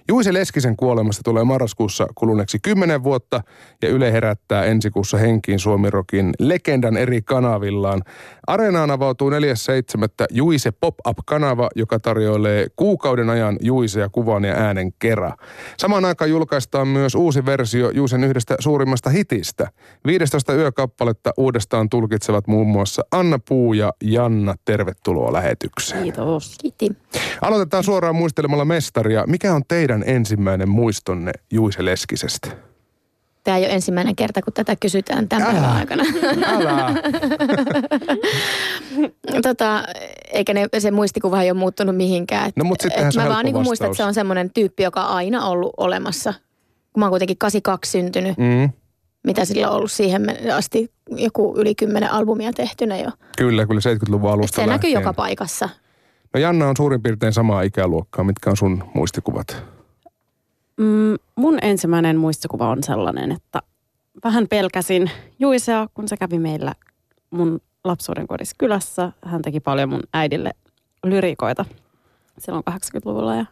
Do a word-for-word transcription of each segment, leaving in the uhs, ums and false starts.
Juise Leskisen kuolemasta tulee marraskuussa kuluneeksi kymmenen vuotta ja Yle herättää ensi kuussa henkiin Suomi-rokin legendan eri kanavillaan. Areenaan avautuu neljäs seitsemättä Juise Pop-up-kanava, joka tarjoilee kuukauden ajan Juisea kuvan ja äänen kera. Samaan aikaan julkaistaan myös uusi versio Juisen yhdestä suurimmasta hitistä. viisitoista yökappaletta uudestaan tulkitsevat muun muassa Anna Puu ja Janna. Tervetuloa lähetykseen. Kiitos. Kiitos. Aloitetaan suoraan muistelemalla mestaria. Mikä on teidän ensimmäinen muistonne Juise Leskisestä? Tämä ei ole ensimmäinen kerta, kun tätä kysytään tämän päivän aikana. Älä! tota, eikä ne, se muistikuva ei ole muuttunut mihinkään. Et, no mutta sittenhän se on mä helppo vaan niin muistan, että se on semmoinen tyyppi, joka on aina ollut olemassa. Kun mä oon kuitenkin kahdeksankymmentäkaksi syntynyt, mm. mitä sillä on ollut siihen asti joku yli kymmenen albumia tehtynä jo. Kyllä, kyllä seitsemänkymmentäluvun alusta se lähtien. näkyy joka paikassa. No Janna on suurin piirtein samaa ikäluokkaa. Mitkä on sun muistikuvat? Mm, mun ensimmäinen muistikuva on sellainen, että vähän pelkäsin Juisea, kun se kävi meillä mun lapsuuden kodissa kylässä. Hän teki paljon mun äidille lyrikoita silloin kahdeksankymmentäluvulla ja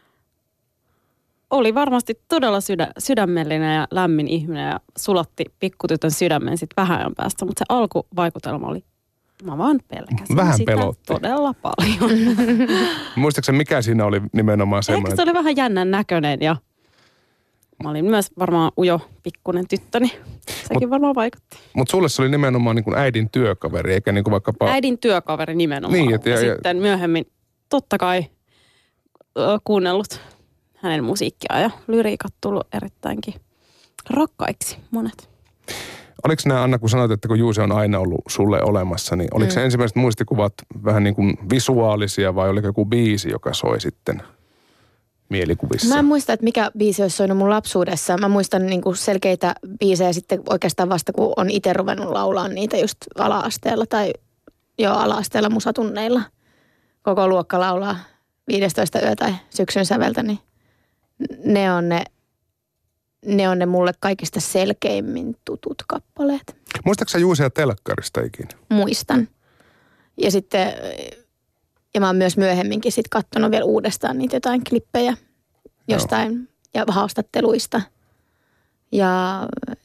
oli varmasti todella sydä, sydämellinen ja lämmin ihminen ja sulatti pikkutytön sydämen sitten vähän ajan päästä. Mutta se alkuvaikutelma oli, mä vaan pelkäsin vähän sitä pelotti. Todella paljon. Muistatko mikä siinä oli nimenomaan semmoinen? Ehkä se oli vähän jännän näköinen ja mä olin myös varmaan ujo pikkunen tyttöni. Sekin mut, varmaan vaikutti. Mutta sulle se oli nimenomaan niin kuin äidin työkaveri, eikä niin kuin vaikkapa... Äidin työkaveri nimenomaan. Niin, et, ja, ja, ja sitten myöhemmin totta kai ö, kuunnellut hänen musiikkia ja lyriikat tullut erittäinkin rakkaiksi monet. Oliko nämä, Anna, kun sanoit, että kun Juuse on aina ollut sulle olemassa, niin oliko mm. se ensimmäiset muistikuvat vähän niin kuin visuaalisia vai oliko joku biisi, joka soi sitten mielikuvissa? Mä en muista, että mikä biisi olisi soinut mun lapsuudessa. Mä muistan niin kuin selkeitä biisejä sitten oikeastaan vasta, kun on itse ruvennut laulaa niitä just ala-asteella tai jo ala-asteella musatunneilla. Koko luokka laulaa viidestoista yö tai syksyn säveltä, niin ne on ne, ne on ne mulle kaikista selkeimmin tutut kappaleet. Muistatko sä Juusea telkkarista ikinä? Muistan. Ja sitten, ja mä oon myös myöhemminkin sit katsonut vielä uudestaan niitä jotain klippejä jostain ja haastatteluista. Ja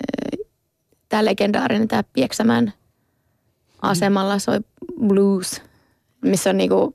tää legendaarinen, tää Pieksämän asemalla soi blues, missä on niinku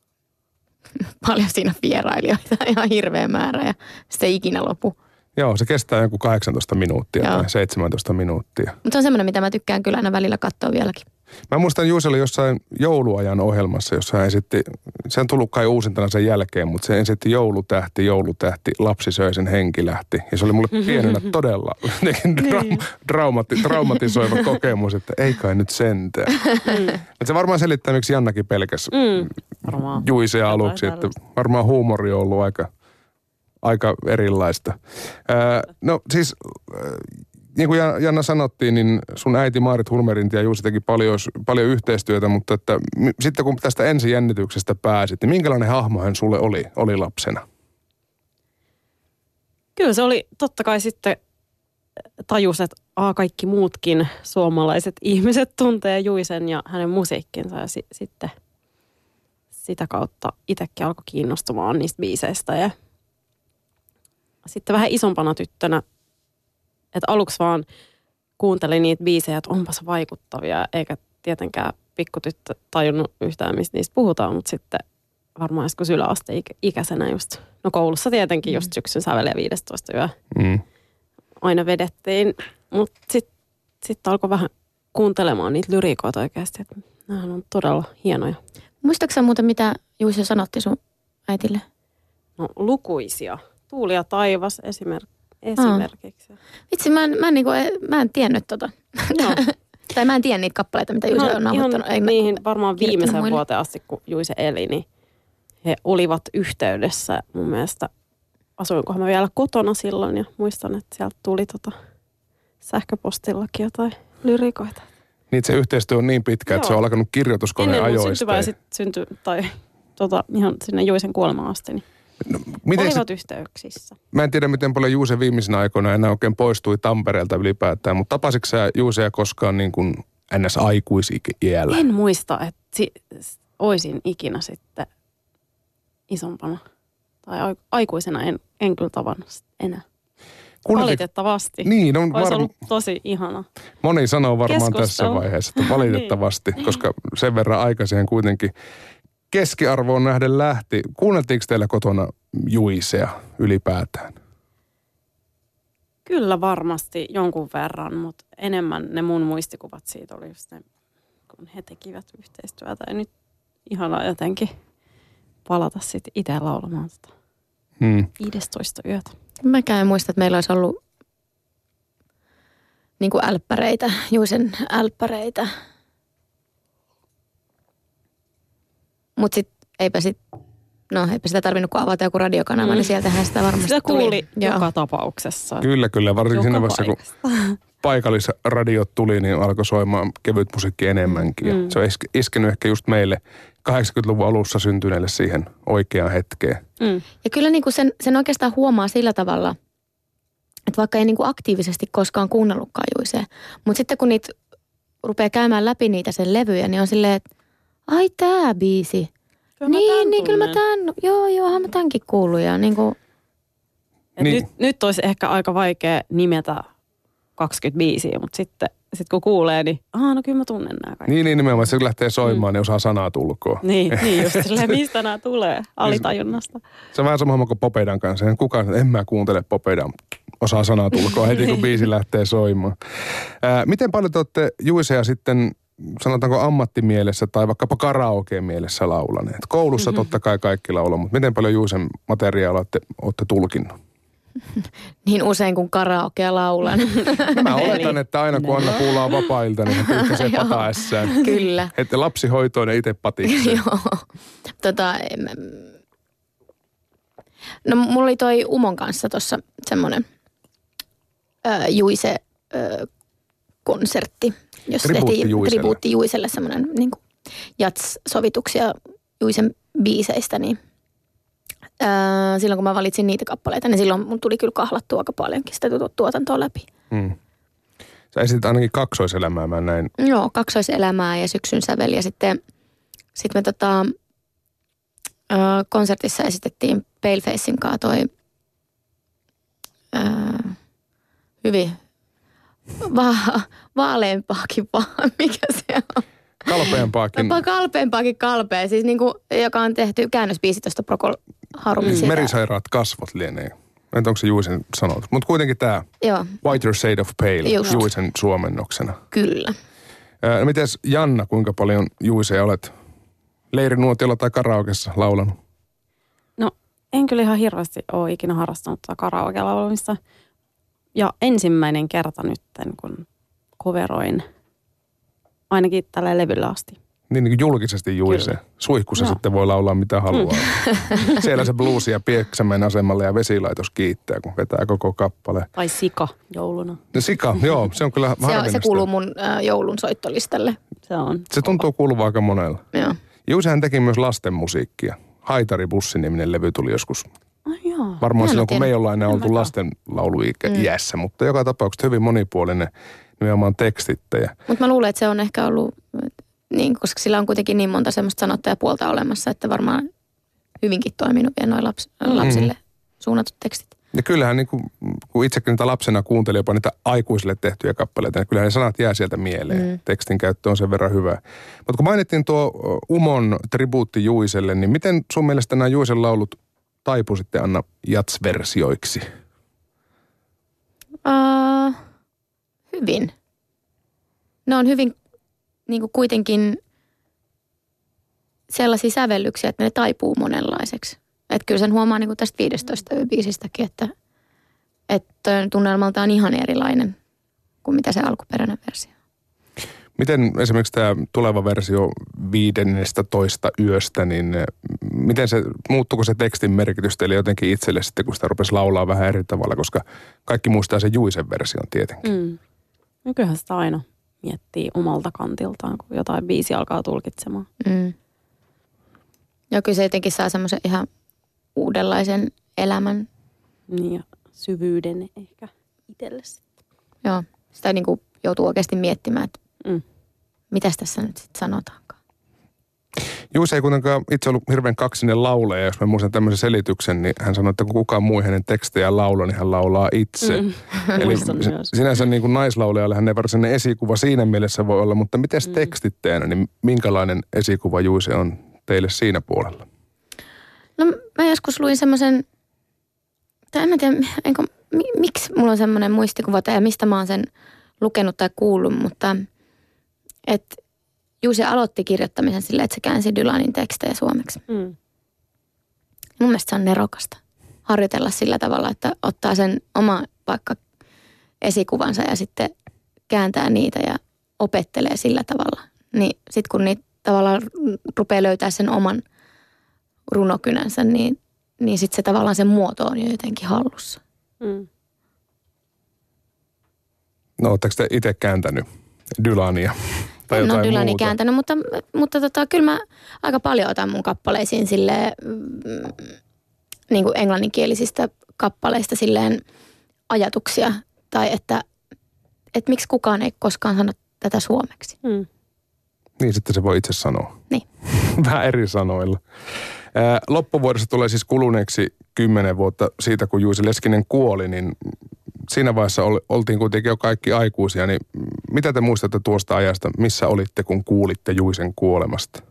paljon siinä vierailijoita, ihan hirveä määrä ja se ei ikinä lopu. Joo, se kestää joku kahdeksantoista minuuttia Joo. tai seitsemäntoista minuuttia. Mutta se on semmoinen, mitä mä tykkään kyllä aina välillä katsoa vieläkin. Mä muistan Juuselle jossain jouluajan ohjelmassa, jossa hän esitti, se on tullut kai uusintana sen jälkeen, mutta se esitti joulutähti, joulutähti, lapsi söi sen henki lähti. Ja se oli mulle pienenä todella dra- traumati- traumatisoiva kokemus, että ei kai nyt sentään. Mm. Se varmaan selittää, miksi Jannakin pelkäsi mm. Juisea aluksi, että varmaan huumori on ollut aika, aika erilaista. Ää, no siis... Niin kuin Janna sanottiin, niin sun äiti Maarit Hulmerinti ja Juuse teki paljon, paljon yhteistyötä, mutta että sitten kun tästä ensijännityksestä pääsit, niin minkälainen hahmo hän sulle oli, oli lapsena? Kyllä se oli totta kai sitten tajus, että a, kaikki muutkin suomalaiset ihmiset tuntee Juisen ja hänen musiikkinsa ja si- sitten sitä kautta itsekin alkoi kiinnostumaan niistä biiseistä ja sitten vähän isompana tyttönä että aluksi vaan kuuntelin niitä biisejä, että onpas vaikuttavia, eikä tietenkään pikkutyttö tajunnut yhtään, mistä niistä puhutaan, mutta sitten varmaan joskus yläasteikäisenä just, no koulussa tietenkin just syksyn sävel ja viidestoista yö mm. aina vedettiin, mutta sitten sit alkoi vähän kuuntelemaan niitä lyriikoita oikeasti, että nämä on todella hienoja. Muistatko sä muuten, mitä Juuse sanotti sun äitille? No lukuisia. Tuuli ja taivas esimerkiksi. Esimerkiksi. Oh. Vitsi, mä en, mä en, niinku, mä en tiennyt tota. No. Tai mä en tiedä niitä kappaleita, mitä Juise no, on nauhoittanut. Niihin varmaan viimeisen vuoteen asti, kun Juise eli, niin he olivat yhteydessä. Mun mielestä asuinkohan mä vielä kotona silloin ja muistan, että sieltä tuli tota sähköpostillakin jotain lyrikoita. Niin, se yhteistyö on niin pitkä, että Joo. se on alkanut kirjoituskoneen ajoista. Ennen syntymää sitten syntyi, tai tota, ihan sinne Juisen kuolemaan asti, niin no, olivat se, yhteyksissä. Mä en tiedä, miten paljon Juuse viimeisenä aikoina enää oikein poistui Tampereelta ylipäätään, mutta tapasitko sä Juusea koskaan niin kuin ns. Aikuisiällä? En muista, että si- oisin ikinä sitten isompana Tai aikuisena en, en kyllä tavannut enää. Kuulitte... Valitettavasti. Niin, on Olisi varm... ollut tosi ihana. Moni sanoo varmaan Keskustelu. tässä vaiheessa, että valitettavasti, niin. Koska sen verran aika siihen kuitenkin keskiarvoon nähden lähti. Kuunneltiinko teillä kotona Juisea ylipäätään? Kyllä varmasti jonkun verran, mutta enemmän ne mun muistikuvat siitä oli just ne, kun he tekivät yhteistyötä. Ja nyt ihanaa jotenkin palata sitten itse laulamaan sitä Hmm. viidestoista yötä. Mäkään en muista, että meillä olisi ollut niin kuin älppäreitä, Juisen älppäreitä. Mutta sitten eipä, sit, no, eipä sitä tarvinnut kun avata joku radiokanava, mm. niin sieltähän sitä varmasti sitä tuli. tuli. Joka tapauksessa. Kyllä, kyllä. Varsinkin Joka siinä vaiheessa, kun paikallisradiot tuli, niin alkoi soimaan kevyt musiikki enemmänkin. Mm. Se on iskenyt ehkä just meille kahdeksankymmentäluvun alussa syntyneille siihen oikeaan hetkeen. Mm. Ja kyllä niin kuin sen, sen oikeastaan huomaa sillä tavalla, että vaikka ei niin kuin aktiivisesti koskaan kuunnellutkaan Juisea, mutta sitten kun niitä rupeaa käymään läpi niitä sen levyjä, niin on silleen, että ai tää biisi. Kyllä niin, niin kyllä mä tämän, joo, joo, mä tämänkin kuullut. Ja niin kuin... niin. nyt, nyt olisi ehkä aika vaikea nimetä kaksikymmentäviisi, mutta sitten sit kun kuulee, niin aah, no kyllä mä tunnen nämä kaikki. Niin, niin nimenomaan, se kun lähtee soimaan, mm. niin osaa sanaa tulkoa. Niin, niin just silleen, mistä nämä tulee alitajunnasta. Se on vähän sama homma kuin Popeidan kanssa. En kukaan, en mä kuuntele Popeidan, osaa sanaa tulkoa heti kun biisi lähtee soimaan. Ää, miten paljon te olette Juisea sitten, sanotaanko ammattimielessä tai vaikkapa karaokeen mielessä laulaneet? Koulussa mm-hmm. totta kai kaikki laulaa, mutta miten paljon Juisen materiaalia olette, olette tulkinnut? Niin usein kuin karaokea laulan. No mä oletan, että aina kun Anna kuullaan vapailta, niin hän pyyhkäisee pataessään. Kyllä. Että lapsihoitoon ja itse patikseen. Joo. Tota, no mulla oli toi Umon kanssa tuossa semmoinen äh, Juise äh, konsertti, jos tehtiin tribuutti Juiselle semmoinen niin kuin jats-sovituksia Juisen biiseistä, niin ää, silloin kun mä valitsin niitä kappaleita, niin silloin mun tuli kyllä kahlattua aika paljonkin sitä tuotantoa läpi. Hmm. Sä esitit ainakin kaksoiselämää, mä näin. Joo, kaksoiselämää ja syksyn sävel ja sitten sit me tota, ää, konsertissa esitettiin Palefacein kanssa toi ää, hyvin Va- vaaleampaakin vaan, mikä se on? Kalpeampaakin. Kalpeampaakin kalpea, siis niinku, joka on tehty käännösbiisi tuosta Procol Harumin. Mm. Merisairaat kasvot lienee. En onko se Juisen sanottu. Mutta kuitenkin tämä Whiter Shade of Pale, just. Juisen suomennoksena. Kyllä. Ää, no mites Janna, kuinka paljon Juisea olet leirinuotiolla tai karaokessa laulanut? No en kyllä ihan hirveästi ole ikinä harrastanut karaoke-laulamista. Ja ensimmäinen kerta nyt, kun coveroin ainakin tällä levyllä asti. Niin, niin julkisesti Juiseen. Suihkussa no. sitten voi laulaa mitä haluaa. Mm. Siellä se bluesi ja Pieksämäen asemalle ja vesilaitos kiittää, kun vetää koko kappale. Tai Sika jouluna. No, Sika, joo, se on kyllä harvinaista. Se, se kuuluu mun äh, joulun soittolistalle. Se on. Se tuntuu kuuluva aika monella. Joo. Juisehän teki myös lasten musiikkia. Haitaribussi-niminen levy tuli joskus. Oh, joo. Varmaan silloin, kun me ei olla enää oltu lasten lauluiässä, mm. mutta joka tapauksessa hyvin monipuolinen nimenomaan tekstittäjä. Mutta mä luulen, että se on ehkä ollut, niin, koska sillä on kuitenkin niin monta semmoista sanottajapuolta olemassa, että varmaan hyvinkin toiminut vielä noin laps, lapsille mm. suunnatut tekstit. Ja kyllähän niin kuin, kun itsekin niitä lapsena kuuntelin jopa niitä aikuisille tehtyjä kappaleita, niin kyllähän ne sanat jää sieltä mieleen. Mm. Tekstin käyttö on sen verran hyvä. Mutta kun mainittiin tuo Umon tribuutti Juiselle, niin miten sun mielestä nämä Juisen laulut taipu sitten Anna jats-versioiksi? Uh, hyvin. Ne on hyvin niin kuin kuitenkin sellaisia sävellyksiä, että ne taipuu monenlaiseksi. Että kyllä sen huomaa niin kuin tästä viidestoista biisistäkin, että, että tunnelmalta on ihan erilainen kuin mitä se alkuperäinen versio. Miten esimerkiksi tämä tuleva versio viidennestä toista yöstä, niin miten se, muuttuuko se tekstin merkitys teille jotenkin itselle sitten, kun sitä rupesi laulaa vähän eri tavalla, koska kaikki muistaa sen Juisen version tietenkin. Mm. No kyllähän sitä aina miettii omalta kantiltaan, kun jotain biisi alkaa tulkitsemaan. Mm. Ja kyllä se jotenkin saa semmoisen ihan uudenlaisen elämän. Niin ja syvyyden ehkä itselle sitten. Joo, sitä niin kuin joutuu oikeasti miettimään, että mm. mitäs tässä nyt sitten sanotaankaan. Juise ei kuitenkaan itse ollut hirveän kaksinen lauleja. Jos mä muistan tämmöisen selityksen, niin hän sanoi, että kun kukaan muu hänen tekstejään laulaa, niin hän laulaa itse. Mm. Eli sinänsä niin kuin naislaulijalle hän ei varsinainen esikuva siinä mielessä voi olla, mutta miten mm. tekstitteenä, niin minkälainen esikuva Juise on teille siinä puolella? No mä joskus luin semmoisen, tai en mä tiedä, enkä, miksi mulla on semmoinen muistikuva tai mistä mä oon sen lukenut tai kuullut, mutta että Juuse aloitti kirjoittamisen silleen, että se käänsi Dylanin tekstejä suomeksi. Mm. Mun mielestä se on nerokasta harjoitella sillä tavalla, että ottaa sen oma vaikka esikuvansa ja sitten kääntää niitä ja opettelee sillä tavalla. Niin sitten kun niitä tavallaan rupeaa löytää sen oman runokynänsä, niin, niin sitten se tavallaan sen muoto on jo jotenkin hallussa. Mm. No, ootteko te itse kääntänyt Dylania? Tai en ole Dylania muuta? kääntänyt, mutta, mutta tota, kyllä mä aika paljon otan mun kappaleisiin silleen, mm, niin kuin englanninkielisistä kappaleista silleen ajatuksia. Tai että, että miksi kukaan ei koskaan sano tätä suomeksi. Mm. Niin, sitten se voi itse sanoa. Niin. Vähän eri sanoilla. Ää, loppuvuodessa tulee siis kuluneeksi kymmenen vuotta siitä, kun Juise Leskinen kuoli, niin siinä vaiheessa oltiin kuitenkin jo kaikki aikuisia, niin mitä te muistatte tuosta ajasta? Missä olitte, kun kuulitte Juisen kuolemasta?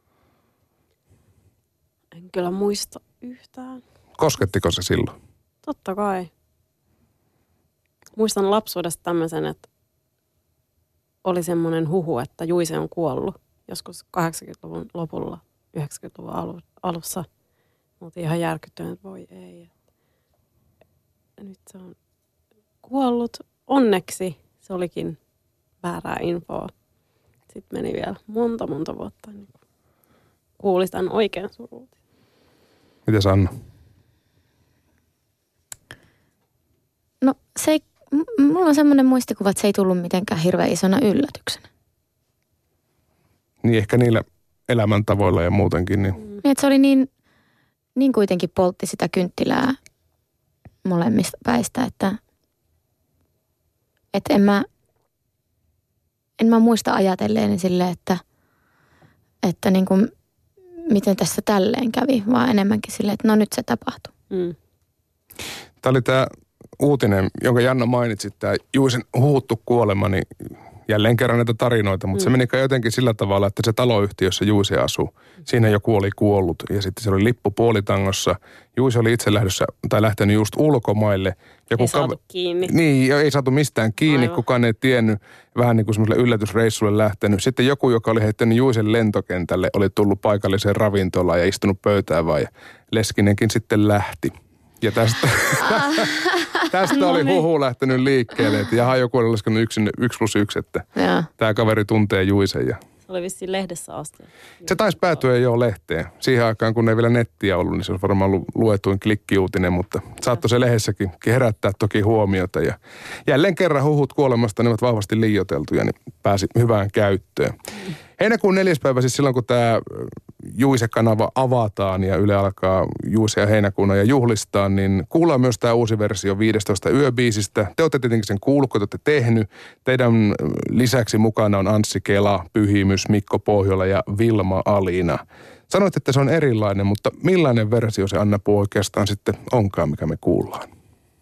En kyllä muista yhtään. Koskettiko se silloin? Totta kai. Muistan lapsuudesta tämmöisen, että oli semmoinen huhu, että Juise on kuollut joskus kahdeksankymmentäluvun lopulla, yhdeksänkymmentäluvun alussa. Mä oltiin ihan järkyttynyt, että voi ei. Nyt se on kuollut. Onneksi se olikin väärää infoa. Sitten meni vielä monta, monta vuotta, niin kuuli tämän oikean surun. Mites Anna? No se ei, m- mulla on semmoinen muistikuva, että se ei tullut mitenkään hirveän isona yllätyksenä. Niin ehkä niillä elämäntavoilla ja muutenkin. Niin, mm. niin että se oli niin, niin kuitenkin poltti sitä kynttilää molemmista päistä, että Että en mä, en mä muista ajatelleeni silleen, että, että niin kuin, miten tässä tälleen kävi, vaan enemmänkin silleen, että no nyt se tapahtui. Mm. Tämä oli tämä uutinen, jonka Janna mainitsit, tämä Juisen huuttu kuolema, niin jälleen kerran näitä tarinoita, mutta mm. se meni jotenkin sillä tavalla, että se taloyhtiö, jossa Juise asui, siinä joku oli kuollut ja sitten se oli lippu puolitangossa. Juise oli itse lähdössä tai lähtenyt just ulkomaille. Joku ei saatu kav- kiinni. Niin, ei saatu mistään kiinni, Aivan. Kukaan ei tiennyt, vähän niin kuin semmoiselle yllätysreissulle lähtenyt. Sitten joku, joka oli heittänyt Juisen lentokentälle, oli tullut paikalliseen ravintolaan ja istunut pöytään vaan ja Leskinenkin sitten lähti. Ja tästä, tästä oli huhu lähtenyt liikkeelle, että jaha, joku oli laskenut yksi, yksi plus yksi, että ja. Tämä kaveri tuntee Juisen. Ja se oli vissiin lehdessä asti. Se taisi päätyä jo lehteen. Siihen aikaan, kun ei vielä nettiä ollut, niin se olisi varmaan ollut luetuin klikkiuutinen, mutta saattoi se lehdessäkin herättää toki huomiota. Ja jälleen kerran huhut kuolemasta, ne ovat vahvasti liioiteltuja, niin pääsi hyvään käyttöön. Heinäkuun neljäs päivä, siis silloin kun tämä Juise-kanava avataan ja Yle alkaa Juise ja heinäkuuna ja juhlistaa, niin kuullaan myös tämä uusi versio viidestoista yöbiisistä. Te olette tietenkin sen kuullut, kun te olette tehnyt. Teidän lisäksi mukana on Anssi Kela, Pyhimys, Mikko Pohjola ja Vilma Alina. Sanoit, että se on erilainen, mutta millainen versio se Anna Puu oikeastaan sitten onkaan, mikä me kuullaan?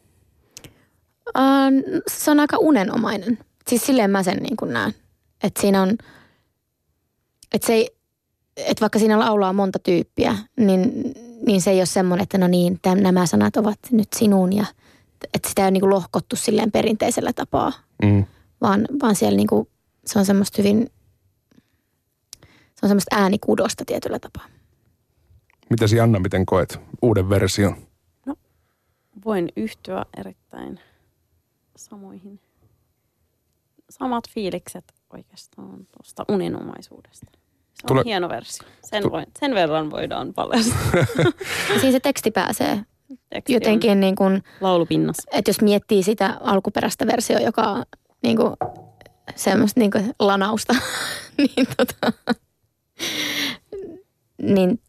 Uh, se on aika unenomainen. Siis silleen mä sen niin kuin näen. Että siinä on, että se ei, että vaikka siinä laulaa monta tyyppiä, niin, niin se ei ole semmoinen, että no niin, tämän, nämä sanat ovat nyt sinun ja että sitä ei ole niin kuin lohkottu silleen perinteisellä tapaa. Mm. Vaan, vaan siellä niin kuin, se on semmoista hyvin, se on semmoista äänikudosta tietyllä tapaa. Mitäs Janna, miten koet uuden version? No, voin yhtyä erittäin samoihin. Samat fiilikset oikeastaan tuosta unenomaisuudesta. Se on Tule... hieno versio. Sen, Tule... voin, sen verran voidaan paljastaa. Siis se teksti pääsee teksti jotenkin niin kuin... laulupinnassa. Että jos miettii sitä alkuperäistä versiota, joka on niin kuin semmoista niin kuin lanausta, niin tota... niin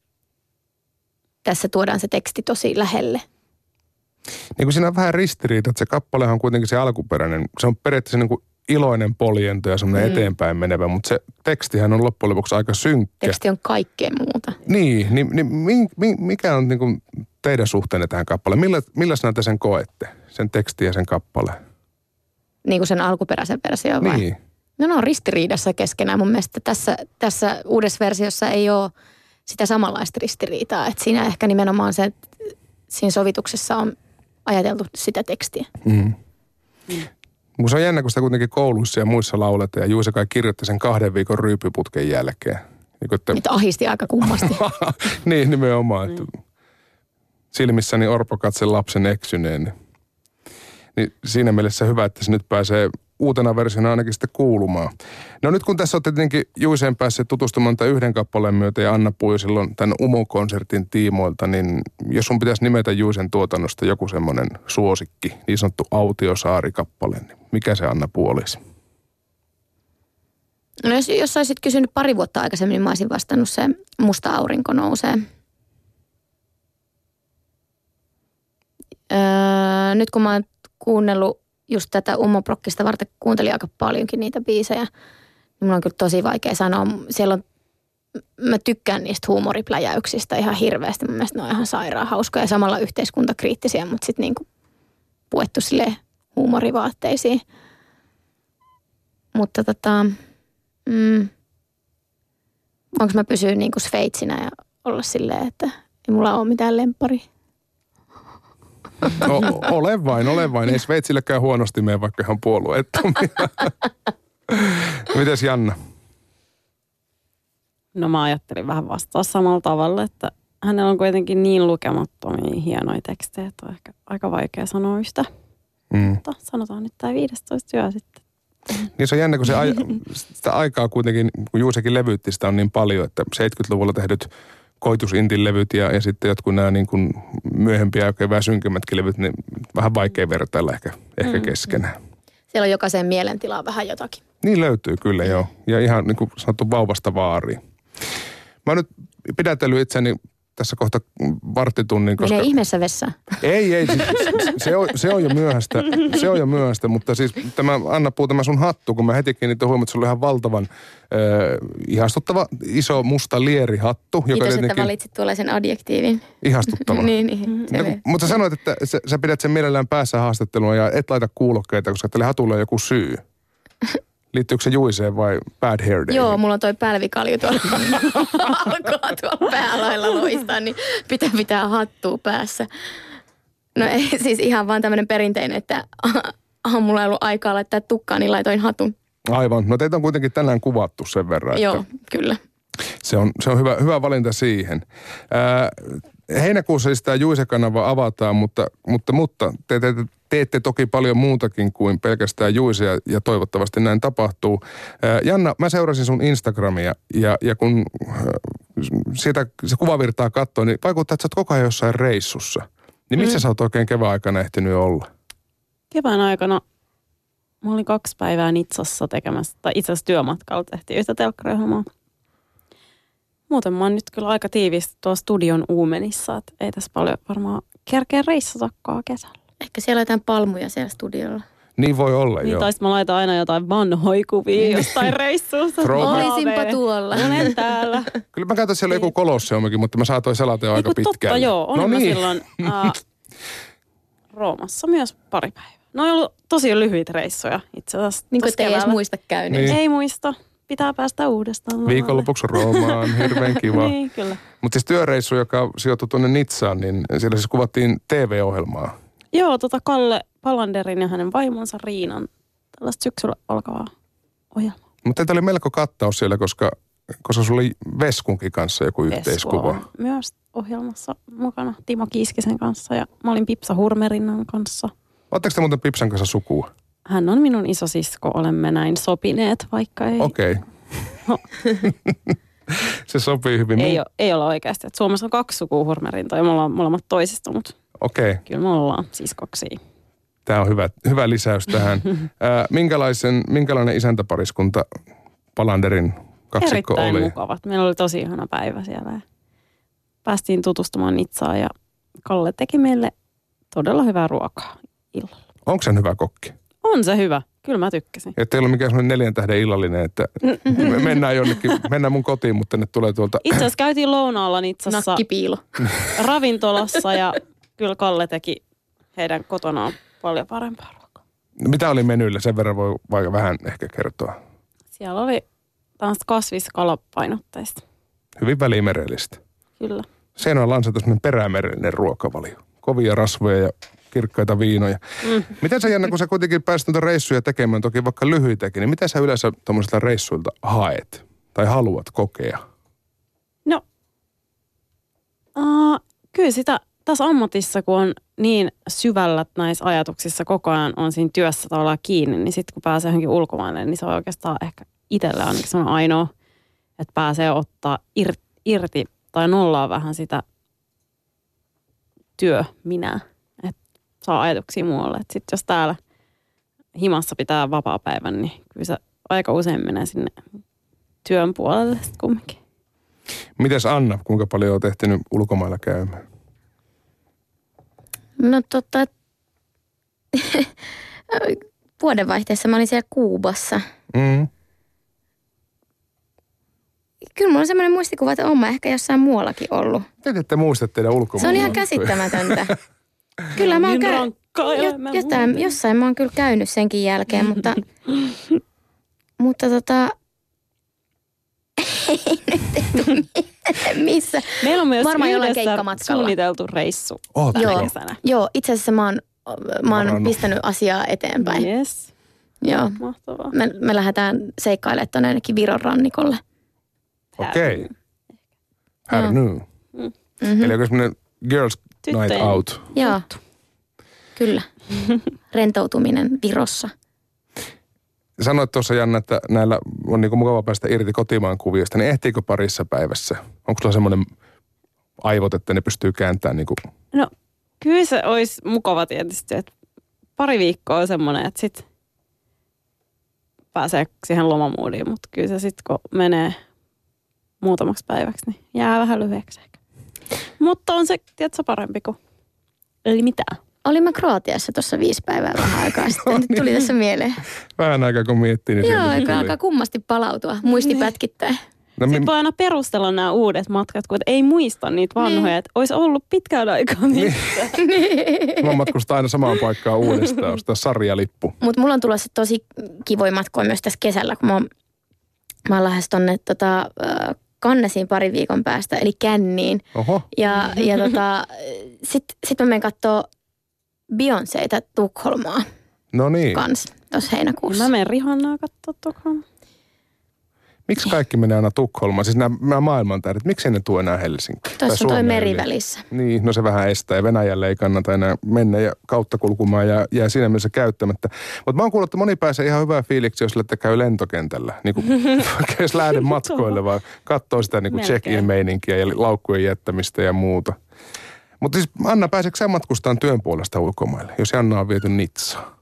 tässä tuodaan se teksti tosi lähelle. Niin kuin siinä on vähän ristiriita, että se kappalehan on kuitenkin se alkuperäinen. Se on periaatteessa niin kuin iloinen poljento ja semmoinen mm. eteenpäin menevä, mutta se tekstihän on loppujen lopuksi aika synkkä. Teksti on kaikkea muuta. Niin, niin, niin mi, mi, mikä on niin kuin teidän suhteenne tähän kappaleen? Millä, milläs te sen koette, sen tekstin ja sen kappaleen? Niin kuin sen alkuperäisen version vai? Niin. No ne on ristiriidassa keskenään. Mun mielestä tässä, tässä uudessa versiossa ei ole sitä samanlaista ristiriitaa. Että siinä ehkä nimenomaan se, että siinä sovituksessa on ajateltu sitä tekstiä. Mm. Mm. Mun se on jännä, kun sitä kuitenkin kouluissa ja muissa lauletaan ja Juise kai kirjoitti sen kahden viikon ryyppyputken jälkeen. Niin, että... Niitä ahisti aika kummasti. Niin, nimenomaan. Että silmissäni Orpo katse lapsen eksyneen. Niin, niin siinä mielessä hyvä, että se nyt pääsee uutena versiona ainakin sitten kuulumaan. No nyt kun tässä olette tietenkin Juiseen päässeet tutustumaan tämän yhden kappaleen myötä ja Anna puhui silloin tämän Umo-konsertin tiimoilta, niin jos sun pitäisi nimetä Juisen tuotannosta joku semmoinen suosikki, niin sanottu Autiosaari-kappale, niin mikä se Anna Puu olisi? No jos, jos olisit kysynyt pari vuotta aikaisemmin, niin mä olisin vastannut se Musta aurinko nousee. Öö, nyt kun mä oon kuunnellut just tätä Umo-prokkista varten, kuuntelin aika paljonkin niitä biisejä, niin mun on kyllä tosi vaikea sanoa. Siellä on, mä tykkään niistä huumoripläjäyksistä ihan hirveästi. Mun mielestä ne on ihan sairaan hauskoja ja samalla yhteiskuntakriittisiä, mutta sitten niinku puettu silleen huumorivaatteisiin. Mutta tota, mm, onko mä pysyä niinku Sveitsinä ja olla silleen, että ei mulla ole mitään lemppari. O, ole vain, ole vain. Ei Sveitsillekään huonosti mene, vaikka ihan puolueettomia. Mites Janna? No mä ajattelin vähän vastaa samalla tavalla, että hänellä on kuitenkin niin lukemattomia hienoja tekstejä, että on ehkä aika vaikea sanoa yhtä. Mm. Mutta sanotaan nyt tämä viidestoista yö sitten. Niin se on jännä, kun se ai- sitä aikaa kuitenkin, kun Juusekin levyytti sitä on niin paljon, että seitsemänkymmentäluvulla tehdyt Koitusintin levyt ja, ja sitten jotkut nämä niin kuin myöhempiä oikein vähän synkemmätkin levyt, niin vähän vaikea vertailla ehkä, ehkä mm. keskenään. Siellä on jokaiseen mielentilaa vähän jotakin. Niin löytyy kyllä joo. Ja ihan niin kuin sanottu vauvasta vaariin. Mä oon nyt pidätellyt itseni tässä kohta varttitunnin, koska... Menee ihmeessä vessaan. Ei, ei. Siis, se, on, se on jo myöhäistä. Se on jo myöhäistä, mutta siis tämä Anna Puu, tämä sun hattu, kun mä heti kiinnitin huomioon, että se oli ihan valtavan äh, ihastuttava iso musta lierihattu. Joka Kiitos, tietenkin... että valitsit tuollaisen adjektiivin. Ihastuttava. niin, niin. No, mutta sä sanoit, että sä, sä pidät sen mielellään päässä haastattelua ja et laita kuulokkeita, koska tälle hatulle on joku syy. Liittyykö se Juiseen vai Bad Hair Day? Joo, mulla on toi pälvikalju tuolla. Alkaa tuolla päälailla loistaa, niin pitää pitää hattua päässä. No ei, siis ihan vaan tämmöinen perinteinen, että aamulla ei ollut aikaa laittaa tukkaan, niin laitoin hatun. Aivan. No teitä on kuitenkin tänään kuvattu sen verran. Joo, että kyllä. Se on, se on hyvä, hyvä valinta siihen. Ää, heinäkuussa siis tämä Juise-kanava avataan, mutta, mutta, mutta te, te, te teette toki paljon muutakin kuin pelkästään Juise ja, ja toivottavasti näin tapahtuu. Ää, Janna, mä seurasin sun Instagramia ja, ja kun äh, siitä se kuvavirtaa katsoo, niin vaikuttaa, että sä oot koko ajan jossain reissussa. Niin missä mm. sä oot oikein kevään aikana ehtinyt olla? Kevään aikana mä olin kaksi päivää Nitsassa tekemässä, tai itse asiassa työmatkalla tehtiin yhtä telkkariohjelmaa. Muuten mä oon nyt kyllä aika tiiviisti tuolla studion uumenissa, että ei tässä paljon varmaan kerkeä reissatakaan kesällä. Ehkä siellä on jotain palmuja siellä studiolla. Niin voi olla, niin, joo. Tai mä laitan aina jotain vanhoja kuvia jostain reissusta. Olisinpa tuolla. Olen täällä. Kyllä mä käytän siellä joku kolosseumikin, mutta mä saatoin selata jo aika pitkään. Totta, joo. Olin no mä niin. silloin äh, Roomassa myös pari päivää. No on ollut tosi lyhyitä reissuja itse asiassa. Niin kuin te ei edes muista käyneet. Niin. Ei muista. Pitää päästä uudestaan. Viikonlopuksi Roomaan, hirveän kiva. Niin, kyllä. Mutta siis työreissu, joka sijoittui tuonne Nitsaan, niin siellä siis kuvattiin T V-ohjelmaa. Joo, tota Kalle Palanderin ja hänen vaimonsa Riinan tällaista syksyllä alkavaa ohjelmaa. Mutta teitä oli melko kattaus siellä, koska, koska sulla oli Veskunkin kanssa joku Vesku yhteiskuva. on myös ohjelmassa mukana Timo Kiiskisen kanssa ja mä olin Pipsa Hurmerinnan kanssa. Oletteko te muuten Pipsan kanssa sukua? Hän on minun isosisko, olemme näin sopineet, vaikka ei... Okei. Okay. No. Se sopii hyvin. Ei, ole, ei ole oikeasti. Että Suomessa on kaksi sukua Hurmerintoja ja me ollaan molemmat toisista, mutta okei. Okay. Kyllä me ollaan siskoksi. Tämä on hyvä, hyvä lisäys tähän. Ää, minkälaisen, minkälainen isäntäpariskunta Palanderin kaksikko Erittäin oli? Erittäin mukavat. Meillä oli tosi ihana päivä siellä ja päästiin tutustumaan Nitsaan ja Kalle teki meille todella hyvää ruokaa illalla. Onko se hyvä kokki? On se hyvä. kyllä mä tykkäsin. Että ei ole mikään semmoinen neljän tähden illallinen, että me mennään jonnekin, mennään mun kotiin, mutta ne tulee tuolta. Itse asiassa käytiin lounaalla Nitsassa Nakkipiilo. ravintolassa ja kyllä Kalle teki heidän kotonaan paljon parempaa ruokaa. Mitä oli menyllä? Sen verran voi vaikka vähän ehkä kertoa. Siellä oli taas kasviskalapainotteista. Hyvin välimerellistä. Kyllä. Siinä on lansattu semmoinen perämerellinen ruokavalio. Kovia rasvoja ja kirkkaita viinoja. Mm. Miten sä, Janna, kun sä kuitenkin pääsit noita reissuja tekemään, toki vaikka lyhyitäkin, niin mitä sä yleensä tuommoisilta reissuilta haet tai haluat kokea? No, uh, kyllä sitä tässä ammatissa, kun on niin syvällä näissä ajatuksissa koko ajan on siinä työssä tavallaan kiinni, niin sitten kun pääsee johonkin ulkomaille, niin se on oikeastaan ehkä itsellä ainakin se on ainoa, että pääsee ottaa irti, irti tai nollaa vähän sitä työ minä, että saa ajatuksia muualle. Että sitten jos täällä himassa pitää vapaapäivän, niin kyllä se aika usein menee sinne työn puolelle sitten kumminkin. Mites Anna, kuinka paljon olet ehtinyt ulkomailla käymään? No tota, vuodenvaihteessa mä olin siellä Kuubassa. Mm. Kyllä mulla on semmoinen muistikuva, että oon mä ehkä jossain muuallakin ollut. Miten ette muista teidän ulkomailla? Se on ihan käsittämätöntä. Kyllä mä oon käy... jo, jotain, jossain mä oon kyllä käynyt senkin jälkeen, mutta, mutta tota, ei nyt tule missä. Meillä on myös varmaan yhdessä suunniteltu reissu Joo, kesänä. joo, itse asiassa mä oon, mä oon pistänyt asiaa eteenpäin. Yes. Joo. Mahtavaa. Me, me lähdetään seikkailemaan tuonne ainakin Viron rannikolle. Okei. Okay. Härny. Mm-hmm. Eli onko semmoinen girls Tyttöjen. night out? Joo, kyllä. Rentoutuminen Virossa. Sanoit tuossa, Janna, että näillä on niinku mukava päästä irti kotimaan kuviosta, niin ehtiikö parissa päivässä? Onko sulla semmoinen aivot, että ne pystyy kääntämään niinku? No, kyllä se olisi mukava tietysti, että pari viikkoa on semmoinen, että sitten pääsee siihen lomamuudiin, mutta kyllä se sitten kun menee muutamaksi päiväksi, niin jää vähän lyhyeksi ehkä. Mutta on se, tiedätkö, parempi kuin eli mitään. Olin mä Kroatiassa tuossa viisi päivää vähän aikaa sitten. No Nyt tuli niin. tässä mieleen. Vähän aikaa kun miettii, niin Joo, sieltä se aika tuli. alkaa kummasti palautua. Muisti pätkittäin. No, Sitten mi- voi aina perustella nämä uudet matkat, kun ei muista niitä vanhoja, että olisi ollut pitkään aikaa missään. Mä matkustan aina samaan paikkaan uudestaan, ostaa sarjalippu. Mutta mulla on tulossa tosi kivoja matkoja myös tässä kesällä, kun mä oon, mä oon lähes tonne tota, Kannesiin pari viikon päästä, eli Känniin. Oho. Ja, ja tota, sit, sit mä menen kattoo Beyoncéta Tukholmaa No niin. kans tuossa heinäkuussa. Mä menen Rihannaa katsoa Tukholmaa. Miksi kaikki menee aina Tukholmaan? Siis nämä, nämä maailmantähdet, miksi ne tuo enää Helsinkiin? Tuossa on toi Suomeen meri yli? välissä. Niin, no se vähän estää ja Venäjälle ei kannata enää mennä ja kauttakulkumaan ja jää siinä mielessä käyttämättä. Mutta mä oon kuullut, että moni pääsee ihan hyvää fiiliksi, jos että käy lentokentällä. Niin kuin, jos lähde matkoille, vaan katsoo sitä niin kuin check-in-meininkiä ja laukkujen jättämistä ja muuta. Mutta siis Anna, pääseekö sä matkustaan työn puolesta ulkomaille, jos Anna on viety Nitsaan?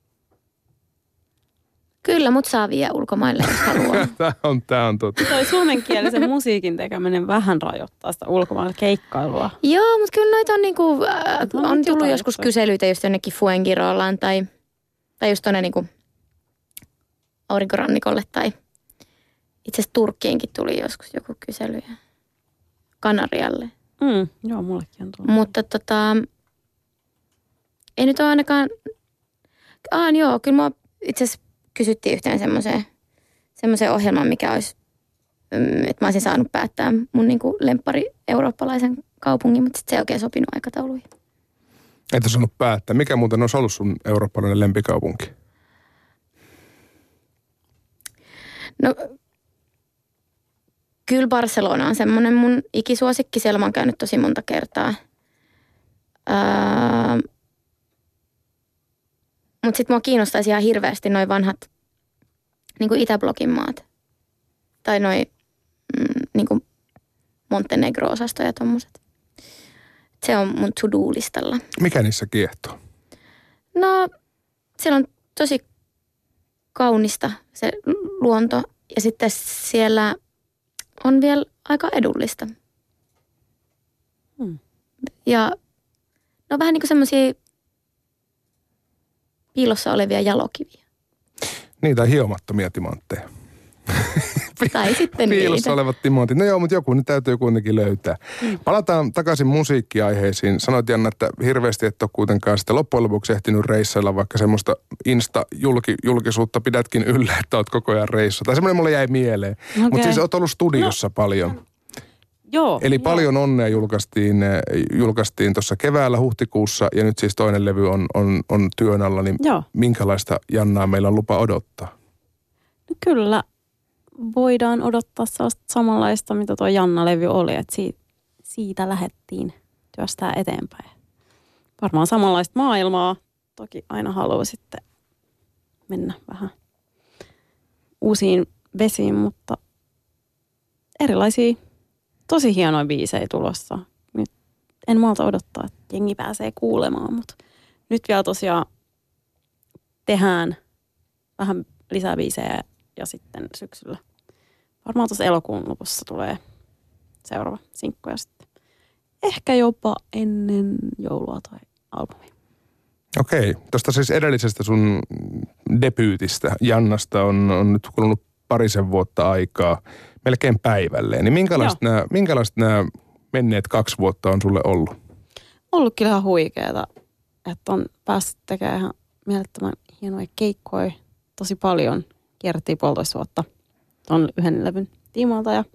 Kyllä, mut saa viedä ulkomaille, jos haluaa. Tää on, tää on totta. Toi suomenkielisen musiikin tekeminen vähän rajoittaa sitä ulkomailla keikkailua. Joo, mutta kyllä noita on niinku, äh, On on nyt tullut jotain joskus juttuja. kyselyitä just jonnekin Fuengirolaan tai, tai just tuonne niinku aurinkorannikolle tai itse asiassa Turkkiinkin tuli joskus joku kysely ja Kanarialle. Mm, joo, mullekin on tullut. Mutta tota, ei nyt ole ainakaan, ah joo, kyllä mä itse asiassa kysyttiin yhteen semmoiseen, semmoiseen ohjelmaan, mikä olisi, että mä olisin saanut päättää mun niinku lemppari eurooppalaisen kaupungin, mutta sitten se ei oikein sopinut aikatauluihin. Et ole saanut päättää. Mikä muuten olisi ollut sun eurooppalainen lempikaupunki? No, kyllä Barcelona on semmoinen mun ikisuosikki. Siellä mä oon käynyt tosi monta kertaa. Öö, mutta sitten mua kiinnostaisi ihan hirveästi noi vanhat niin kuin Itäblokin maat. Tai noi mm, niin kuin Montenegro-osasto ja tommoset. Se on mun to-do-listalla. Mikä niissä kiehtoo? No, siellä on tosi kaunista se luonto ja sitten siellä on vielä aika edullista. Hmm. Ja no vähän niin kuin semmoisia piilossa olevia jalokiviä. Niitä on hiomattomia timantteja. Tai sitten Piilossa niitä. olevat timantit. No joo, mutta joku nyt täytyy kuitenkin löytää. Mm. Palataan takaisin musiikkiaiheisiin. Sanoit, Janna, että hirveästi et ole kuitenkaan sitten loppujen lopuksi ehtinyt reissailla, vaikka semmoista Insta-julkisuutta pidätkin yllä, että oot koko ajan reissa. Tai semmoinen mulle jäi mieleen. Okay. Mutta siis oot ollut studiossa no. paljon. Joo. Eli joo. paljon onnea julkaistiin, julkaistiin tuossa keväällä huhtikuussa ja nyt siis toinen levy on, on, on työn alla. Niin joo. Minkälaista, Jannaa, meillä on lupa odottaa? No kyllä. Voidaan odottaa sellaista samanlaista, mitä tuo Janna-levy oli, että siitä, siitä lähdettiin työstää eteenpäin. Varmaan samanlaista maailmaa. Toki aina haluaa sitten mennä vähän uusiin vesiin, mutta erilaisia tosi hienoja biisejä tulossa. Nyt en malta odottaa, että jengi pääsee kuulemaan, mutta nyt vielä tosiaan tehdään vähän lisää biisejä ja sitten syksyllä. Varmaan tuossa elokuun lopussa tulee seuraava sinkku ja sitten ehkä jopa ennen joulua tai albumi. Okei. Tuosta siis edellisestä sun debyytistä, Jannasta, on, on nyt kulunut parisen vuotta aikaa, melkein päivälleen. Niin minkälaiset nämä, minkälaiset nämä menneet kaksi vuotta on sulle ollut? Ollut kyllä ihan huikeeta, että on päässyt tekemään ihan mielettömän hienoja keikkoja tosi paljon. Kierrettiin puolitoista vuotta ton yhden levyn tiimoilta ja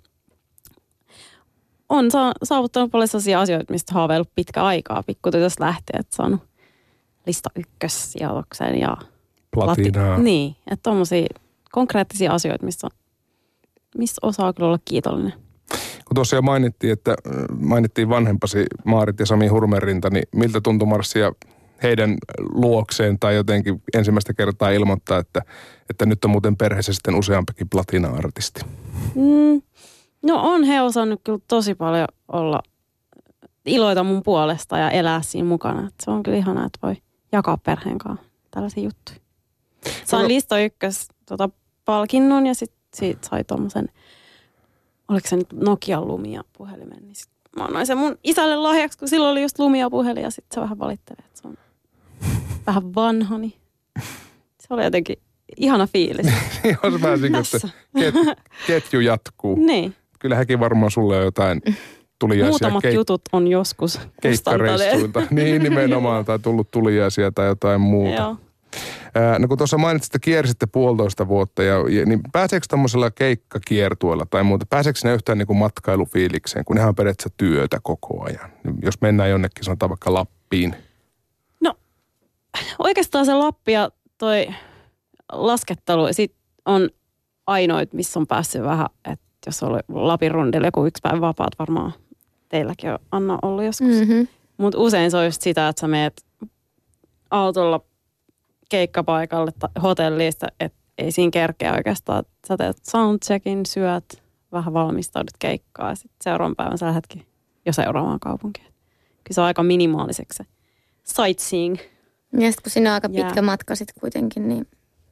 on sa- saavuttanut paljon sellaisia asioita, mistä haaveillut pitkä aikaa pikkutytöstä lähtien, että saanut lista ykkössijoituksen ja platinaa. Plati- niin, että tommosia konkreettisia asioita, mistä, mistä osaa kyllä olla kiitollinen. Kun tuossa jo mainittiin, että mainittiin vanhempasi Maarit ja Sami Hurmerinta, niin miltä tuntui marssia heidän luokseen tai jotenkin ensimmäistä kertaa ilmoittaa, että, että nyt on muuten perheessä sitten useampikin platina-artisti? Mm, no on he osannut kyllä tosi paljon olla, iloita mun puolesta ja elää siinä mukana. Et se on kyllä ihanaa, että voi jakaa perheen kanssa tällaisia juttuja. Sain no, lista ykkös tota, palkinnon ja sitten siitä sai tommosen, oliko se nyt Nokian Lumia-puhelimen, niin sit mä annoin sen mun isälle lahjaksi, kun silloin oli just Lumia-puhelin ja sitten se vähän valittelee, että se on vähän vanha, niin se oli jotenkin ihana fiilis. Jos pääsin, että ket, ketju jatkuu. Niin. Kyllä hekin varmaan sulle on jotain tuliaisia. Muutamat keik- jutut on joskus keikkareissuilta. Niin nimenomaan, tai tullut tuliaisia tai jotain muuta. Joo. No kun tuossa mainitsit, että kiersitte puolitoista vuotta, ja, ja, niin pääseekö tämmöisellä keikkakiertueella tai muuta, pääseekö ne yhtään niin kuin matkailufiilikseen, kun nehän on periaatteessa työtä koko ajan? Jos mennään jonnekin, sanotaan vaikka Lappiin. No oikeastaan se Lappi ja toi laskettelu sit on ainoit, missä on päässyt vähän, että jos oli Lapin rundilla joku yksi päivä vapaat, varmaan teilläkin on Anna ollut joskus. Mm-hmm. Mutta usein se on just sitä, että sä meet autolla keikkapaikalle tai hotellista, että ei siinä kerkeä oikeastaan. Sä teet soundcheckin, syöt, vähän valmistaudut keikkaa ja sitten seuraavan päivän sä lähdetkin jo seuraavaan kaupunkiin. Kyllä se on aika minimaaliseksi se sightseeing. Ja sitten kun siinä on aika pitkä yeah. matka sitten kuitenkin, niin,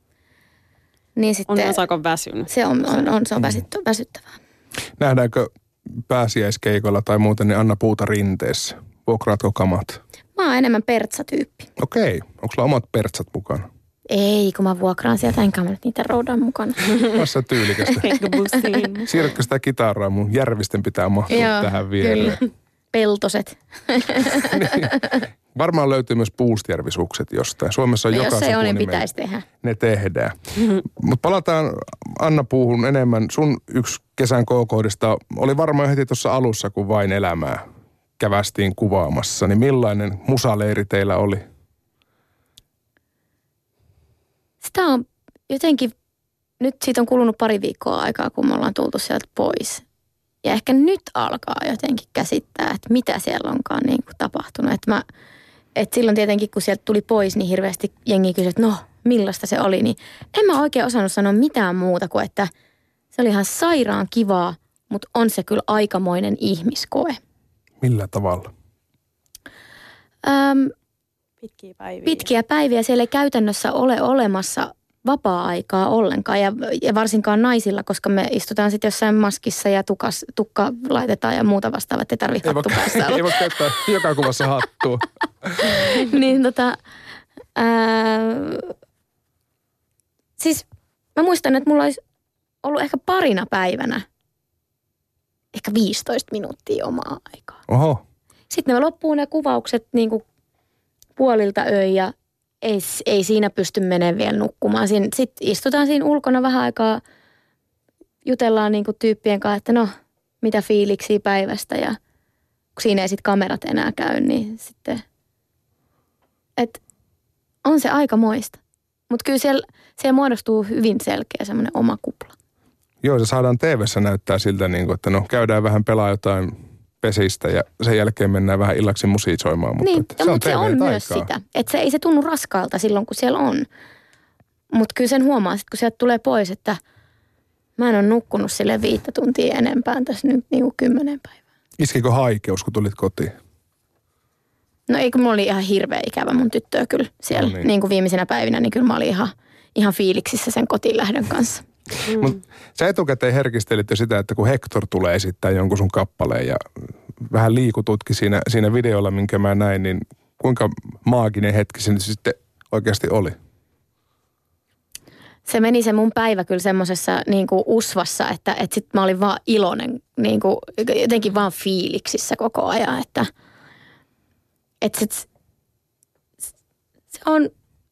niin sitten... On myös aika väsynyt. Se on, on, on, se on väsyttä, väsyttävää. Nähdäänkö pääsiäiskeikolla tai muuten niin Anna puuta rinteessä? Vuokraatko kamat? Mä oon enemmän pertsatyyppi. Okei. Onko sulla omat pertsat mukana? Ei, kun mä vuokraan sieltä, enkä mä nyt niitä roudaan mukana. Vassa tyylikästä. Siirrätkö sitä kitaraa? Mun järvisten pitää mahtua Joo, tähän viereen. Kyllä. Peltoset. Niin. Varmaan löytyy myös puustjärvisukset jostain. Suomessa on no, joka jos se on, niin sukunimi. pitäisi tehdä. Ne tehdään. Mm-hmm. Mutta palataan Anna puuhun enemmän. Sun yksi kesän K-koodista oli varmaan heti tuossa alussa, kun Vain elämää kävästiin kuvaamassa. Niin millainen musaleiri teillä oli? Sitä on jotenkin, nyt siitä on kulunut pari viikkoa aikaa, kun me ollaan tultu sieltä pois. Ja ehkä nyt alkaa jotenkin käsittää, että mitä siellä onkaan niin kuin tapahtunut. Että mä, että silloin tietenkin, kun sieltä tuli pois, niin hirveästi jengi kysyi, että no, millaista se oli. Niin en mä oikein osannut sanoa mitään muuta kuin, että se oli ihan sairaan kivaa, mutta on se kyllä aikamoinen ihmiskoe. Millä tavalla? Öm, pitkiä päiviä. Pitkiä päiviä. Siellä ei käytännössä ole olemassa vapaa-aikaa ollenkaan ja, ja varsinkaan naisilla, koska me istutaan sitten jossain maskissa ja tukas, tukka laitetaan ja muuta vastaavaa, ettei tarvitse hattu päässä olla. Ei voi käyttää joka kuvassa hattua. Niin tota, ää, siis mä muistan, että mulla olisi ollut ehkä parina päivänä ehkä viisitoista minuuttia omaa aikaa. Oho. Sitten ne loppuu ne kuvaukset niin kuin puolilta öin ja ei, ei siinä pysty menemään vielä nukkumaan. Sitten istutaan siinä ulkona vähän aikaa, jutellaan niin kuin tyyppien kanssa, että no, mitä fiiliksiä päivästä ja kun siinä ei sitten kamerat enää käy, niin sitten, että on se aika moista. Mutta kyllä siellä, siellä muodostuu hyvin selkeä semmoinen oma kupla. Joo, se saadaan T V:ssä näyttää siltä, niin kuin, että no käydään vähän pelaa jotain pesistä ja sen jälkeen mennään vähän illaksi musiisoimaan. Mutta niin, se on, mutta se on myös sitä. Että se ei se tunnu raskaalta silloin, kun siellä on. Mutta kyllä sen huomaa sitten, kun sieltä tulee pois, että mä en ole nukkunut sille viittä tuntia enempään tässä nyt niin kuin kymmenen päivää. Iskikö haikeus, kun tulit kotiin? No ei, kun mulla oli ihan hirveä ikävä mun tyttöä kyllä siellä. No niin. niin kuin viimeisenä päivinä, niin kyllä mä olin ihan, ihan fiiliksissä sen kotiin lähdön kanssa. Mm. Mut sä etukäteen herkistelit jo sitä, että kun Hector tulee esittää jonkun sun kappaleen ja vähän liikututkin siinä, siinä videolla, minkä mä näin, niin kuinka maaginen hetki se nyt sitten oikeasti oli? Se meni se mun päivä kyllä semmosessa niin kuin usvassa, että, että sit mä olin vaan iloinen, niin kuin, jotenkin vaan fiiliksissä koko ajan, että, että sit, se on...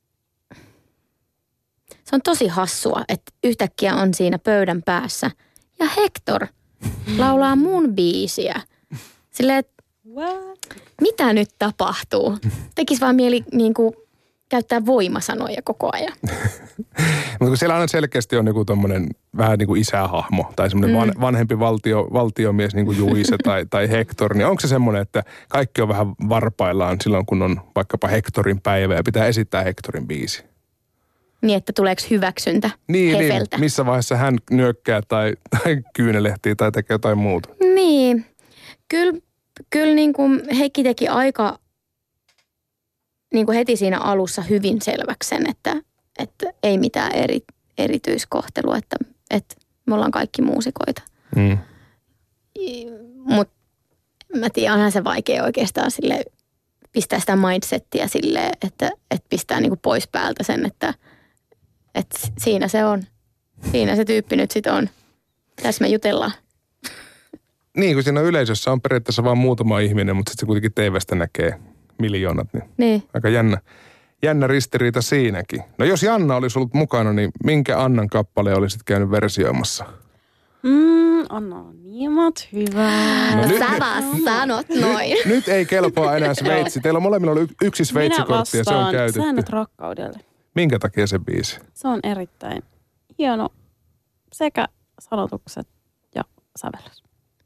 Se on tosi hassua, että yhtäkkiä on siinä pöydän päässä ja Hector laulaa mun biisiä. Silleen, että mitä nyt tapahtuu? Tekisi vaan mieli niin kuin, käyttää voimasanoja koko ajan. Mutta kun siellä aina selkeästi on joku tommonen vähän niin kuin isähahmo tai semmoinen mm. vanhempi valtio, valtiomies niin kuin Juise tai, tai Hector, niin onko se semmoinen, että kaikki on vähän varpaillaan silloin, kun on vaikkapa Hectorin päivä ja pitää esittää Hectorin biisi? Niin, että tuleeko hyväksyntä niin, Hefeltä. Niin, missä vaiheessa hän nyökkää tai, tai kyynelehtii tai tekee jotain muuta. Niin, kyllä, kyllä niin kuin Heikki teki aika niin kuin heti siinä alussa hyvin selväksi sen, että, että ei mitään eri, erityiskohtelua, että, että me ollaan kaikki muusikoita. Mm. Mutta mä tiedän, onhan se vaikea oikeastaan sille pistää sitä mindsettiä silleen, että, että pistää niin kuin pois päältä sen, että että siinä se on. Siinä se tyyppi nyt sitten on. Tässä me jutellaan. Niin, kun siinä yleisössä on periaatteessa vain muutama ihminen, mutta sitten se kuitenkin T V:stä näkee miljoonat. Niin, niin. Aika jännä, jännä ristiriita siinäkin. No jos Janna olisi ollut mukana, niin minkä Annan kappale olisit käynyt versioimassa? Mm, Anna on niemat hyvä. No, sä vaan sanot noin. Nyt, nyt ei kelpaa enää Sveitsi. Teillä on molemmilla ollut yksi sveitsikortti ja se on käytetty. Säännöt rakkaudelle. Minkä takia se biisi? Se on erittäin hieno sekä sanotukset ja sävellys.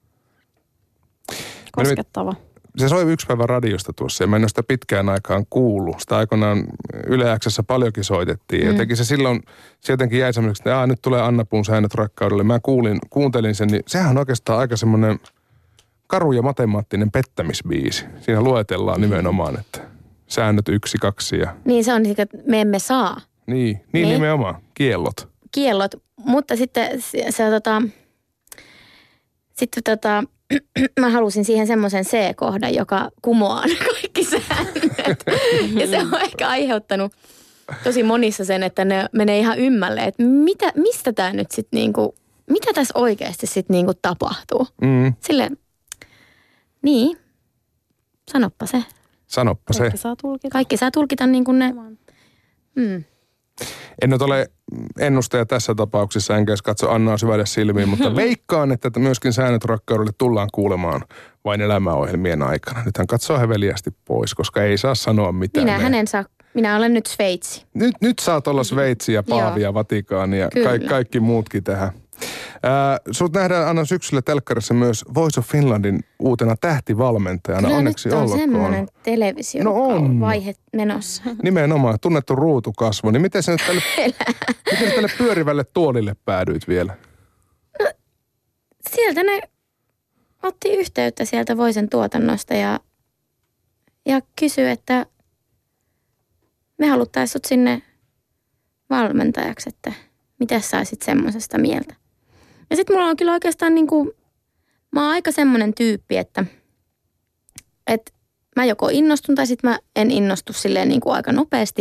Koskettava. Se soi yksi päivä radiosta tuossa ja mä en ole sitä pitkään aikaan kuullut. Sitä aikoinaan Yle X:ssä paljonkin soitettiin. Mm. Jotenkin se silloin, se jotenkin jäi semmoiseksi, että nyt tulee Anna Puun säännöt rakkaudelle. Mä kuulin, kuuntelin sen, niin sehän on oikeastaan aika semmoinen karu ja matemaattinen pettämisbiisi. Siinä luetellaan nimenomaan, että säännöt yksi, kaksi ja... Niin se on, että me emme saa. Niin, niin, niin. Nimenomaan. Kiellot. Kiellot, mutta sitten se, se tota... Sitten tota... Mä halusin siihen semmoisen C-kohdan, joka kumoaa kaikki säännöt. Ja se on ehkä aiheuttanut tosi monissa sen, että ne menee ihan ymmälle, että mitä, mistä tämä nyt sitten niinku, mitä tässä oikeasti sitten niinku tapahtuu. Mm. Silleen, niin, sanoppa se. Sanoppa Kaikki se. saa tulkita. Kaikki saa tulkita niin kuin ne. Mm. En nyt ole ennustaja tässä tapauksessa, enkä edes katso Annaa syvälle silmiin, mutta veikkaan, että myöskin säännöt rakkaudelle tullaan kuulemaan vain elämäohjelmien aikana. Nyt hän katsoo heveliästi pois, koska ei saa sanoa mitään. Minä hänen saa, minä olen nyt Sveitsi. Nyt, nyt saat olla Sveitsi ja Paavi ja Vatikaani ja ka- kaikki muutkin tähän. Ää, sut nähdään Anna syksyllä telkkarissa myös Voice of Finlandin uutena tähtivalmentajana. Kyllä onneksi nyt on olkoon. semmoinen televisio no on. vaihe menossa. Nimenomaan, tunnettu ruutukasvo. Niin miten sä nyt tälle, miten sä tälle pyörivälle tuolille päädyit vielä? No, sieltä ne otti yhteyttä sieltä Voicen tuotannosta ja, ja kysyi, että me haluttaisiin sut sinne valmentajaksi, että mitä sä olisit semmoisesta mieltä. Ja sitten mulla on kyllä oikeastaan niin kuin, mä oon aika semmoinen tyyppi, että, että mä joko innostun tai sitten mä en innostu silleen niin kuin aika nopeasti.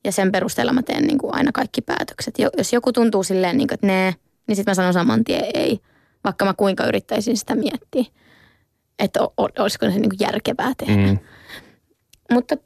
Ja sen perusteella mä teen niin kuin aina kaikki päätökset. Jos joku tuntuu silleen, niin kuin, että ne, niin sitten mä sanon saman tien ei. Vaikka mä kuinka yrittäisin sitä miettiä. Että olisiko se niin kuin järkevää tehdä. Mm. Mutta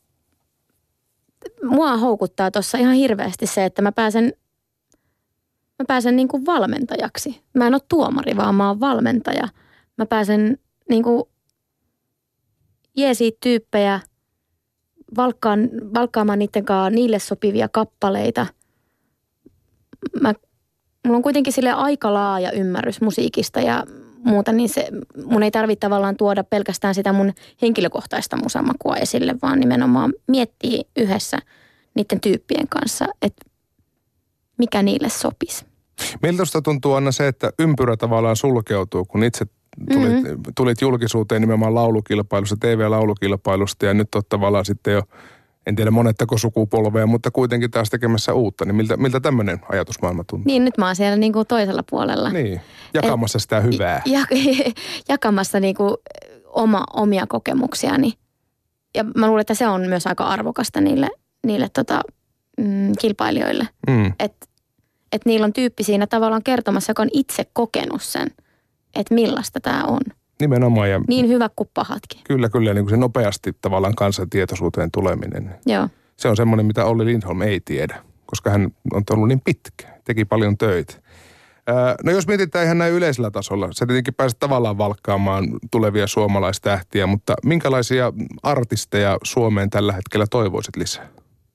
mua houkuttaa tuossa ihan hirveästi se, että mä pääsen, mä pääsen niin kuin valmentajaksi. Mä en ole tuomari, vaan mä oon valmentaja. Mä pääsen niin kuin jeesiä tyyppejä valkkaan, valkkaamaan niiden kanssa niille sopivia kappaleita. Mä, mulla on kuitenkin sille aika laaja ymmärrys musiikista ja muuta, niin se, mun ei tarvitse tavallaan tuoda pelkästään sitä mun henkilökohtaista musamakua esille, vaan nimenomaan miettiä yhdessä niiden tyyppien kanssa, että mikä niille sopisi. Miltä tuntuu, Anna, se, että ympyrä tavallaan sulkeutuu, kun itse tulit, mm-hmm. tulit julkisuuteen nimenomaan laulukilpailusta, T V-laulukilpailusta ja nyt olet tavallaan sitten jo, en tiedä monettako sukupolvea, mutta kuitenkin taas tekemässä uutta. Niin miltä, miltä tämmöinen ajatusmaailma tuntuu? Niin, nyt mä oon siellä niin kuin toisella puolella. Niin, jakamassa Et, sitä hyvää. Ja, jakamassa niin kuin oma, omia kokemuksiani. Ja mä luulen, että se on myös aika arvokasta niille, niille tota, mm, kilpailijoille. Mm. Että et niillä on tyyppi siinä tavallaan kertomassa, joka on itse kokenut sen, että millaista tämä on. Nimenomaan. Ja niin hyvä kuin pahatkin. Kyllä, kyllä. Niin kuin se nopeasti tavallaan kansan tietoisuuteen tuleminen. Joo. Se on semmoinen, mitä Olli Lindholm ei tiedä, koska hän on ollut niin pitkä. Teki paljon töitä. No jos mietitään ihan näin yleisellä tasolla, sä tietenkin pääset tavallaan valkkaamaan tulevia suomalaistähtiä, mutta minkälaisia artisteja Suomeen tällä hetkellä toivoisit lisää?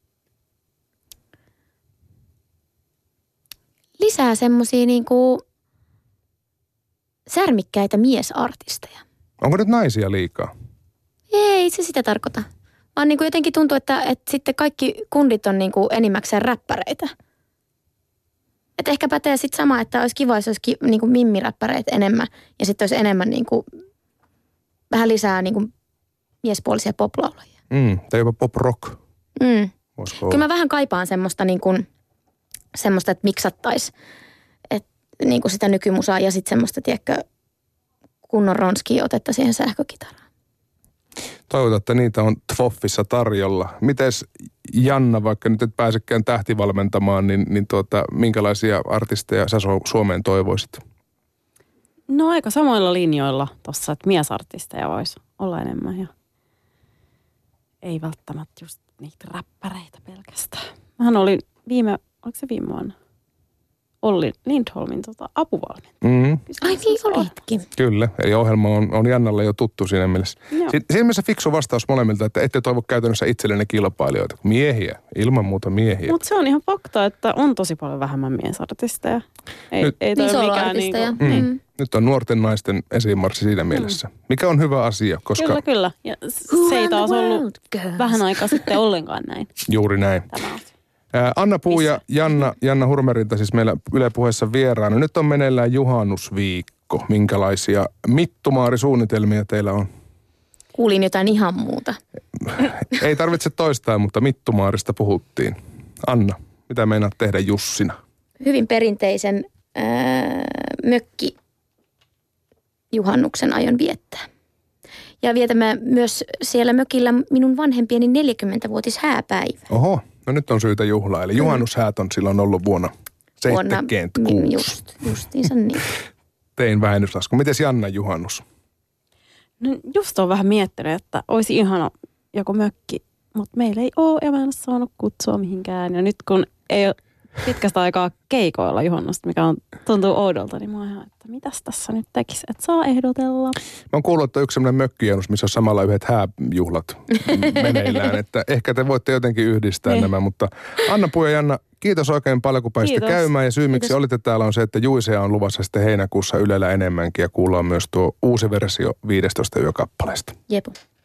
Lisää semmosia niinku särmikkäitä miesartisteja. Onko nyt naisia liikaa? Ei se sitä tarkoita. Vaan niinku jotenkin tuntuu, että, että sitten kaikki kundit on niinku enimmäkseen räppäreitä. Että ehkä pätee sitten sama, että olisi kiva, jos olisi ki, niinku mimmiräppäreitä enemmän. Ja sitten olisi enemmän niinku, vähän lisää niinku miespuolisia poplaulajia. Mm, tai jopa pop-rock. Mm. Kyllä mä vähän kaipaan semmoista, niinku, semmoista että miksattaisi että, niinku sitä nykymusaa ja sitten semmoista, tiedätkö, kunnon ronskia otetta siihen sähkökitaraan. Toivotaan, että niitä on Tfoffissa tarjolla. Mites Janna, vaikka nyt et pääsekään tähtivalmentamaan, niin, niin tuota, minkälaisia artisteja sä Suomeen toivoisit? No aika samoilla linjoilla tuossa, että miesartisteja voisi olla enemmän ja ei välttämättä just niitä räppäreitä pelkästään. Mähän olin viime, oliko se viime vuonna? Olli Lindholmin tota, apuvalmentaja. Mm-hmm. Ai niin olitkin. Kyllä, eli ohjelma on, on Jannalle jo tuttu siinä mielessä. Si- siinä mielessä fiksu vastaus molemmilta, että ette toivo käytännössä itsellenne kilpailijoita. Miehiä, ilman muuta miehiä. Mutta se on ihan fakta, että on tosi paljon vähemmän miesartisteja. Ei, Nyt, ei toi niin mikään niinku, mm. Mm. Nyt on nuorten naisten esimarssi siinä mielessä. Mm. Mikä on hyvä asia, koska... Kyllä, kyllä. Ja se ei taas ollut vähän aikaa sitten ollenkaan näin. Juuri näin. Tämä on. Anna Puu ja Janna, Janna Hurmerinta siis meillä Yle Puheessa vieraana. Nyt on meneillään juhannusviikko. Minkälaisia mittumaarisuunnitelmia teillä on? Kuulin jotain ihan muuta. Ei tarvitse toistaa, mutta mittumaarista puhuttiin. Anna, mitä meinaat tehdä Jussina? Hyvin perinteisen ää, mökki juhannuksen aion viettää. Ja vietämme myös siellä mökillä minun vanhempieni neljäkymmentävuotis hääpäivä. Oho. No nyt on syytä juhlaa. Eli juhannushäät on silloin ollut vuonna seitsemänkymmentäkuusi. Vuonna, just, justiinsa niin. Tein vähennyslasku. Mites Janna juhannus? No just on vähän miettinyt, että olisi ihana joku mökki, mutta meillä ei ole ja mä en ole saanut kutsua mihinkään. Ja nyt kun ei ole pitkästä aikaa keikoilla juhannusta, mikä on, tuntuu oudolta, niin mä oon ihan, että mitäs tässä nyt tekisi, että saa ehdotella. Mä oon kuullut, että yksi sellainen mökkijanus, missä on samalla yhdet hääjuhlat meneillään, että ehkä te voitte jotenkin yhdistää ne. nämä, mutta Anna Puu ja Janna, kiitos oikein paljon, kun pääsitte kiitos. käymään ja syy, miksi kiitos. olitte täällä on se, että Juisea on luvassa sitten heinäkuussa Ylellä enemmänkin ja kuullaan myös tuo uusi versio viidestoista yökappaleesta. Jepu.